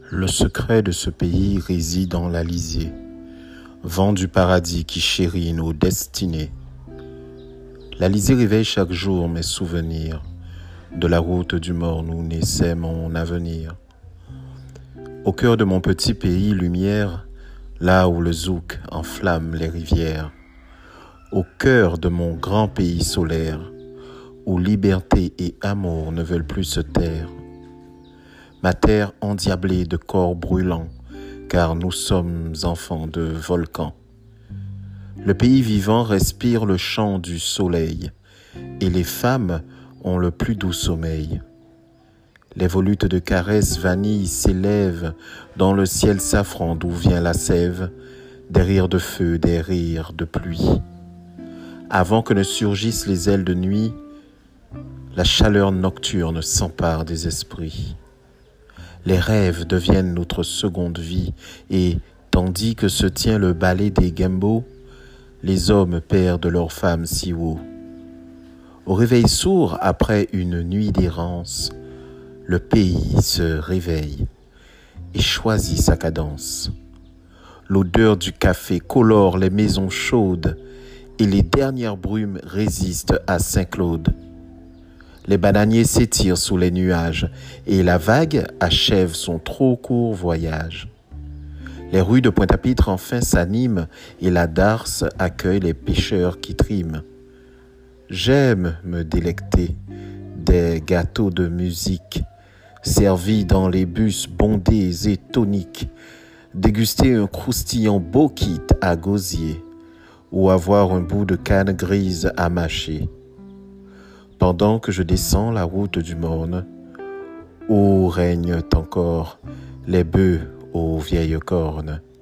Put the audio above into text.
Le secret de ce pays réside dans l'Alizé, vent du paradis qui chérit nos destinées. L'Alizé réveille chaque jour mes souvenirs de la route du Morne où naissait mon avenir. Au cœur de mon petit pays lumière, là où le zouk enflamme les rivières. Au cœur de mon grand pays solaire, où liberté et amour ne veulent plus se taire. Ma terre endiablée de corps brûlants, car nous sommes enfants de volcans. Le pays vivant respire le chant du soleil, et les femmes ont le plus doux sommeil. Les volutes de caresses vanille s'élèvent dans le ciel safran d'où vient la sève, des rires de feu, des rires de pluie. Avant que ne surgissent les ailes de nuit, la chaleur nocturne s'empare des esprits. Les rêves deviennent notre seconde vie et, tandis que se tient le ballet des Gembo, les hommes perdent leurs femmes si haut. Au réveil sourd, après une nuit d'errance, le pays se réveille et choisit sa cadence. L'odeur du café colore les maisons chaudes et les dernières brumes résistent à Saint-Claude. Les bananiers s'étirent sous les nuages et la vague achève son trop court voyage. Les rues de Pointe-à-Pitre enfin s'animent et la darse accueille les pêcheurs qui triment. J'aime me délecter des gâteaux de musique servis dans les bus bondés et toniques, déguster un croustillant bokit à gosier ou avoir un bout de canne grise à mâcher. Pendant que je descends la route du Morne, où règnent encore les bœufs aux vieilles cornes.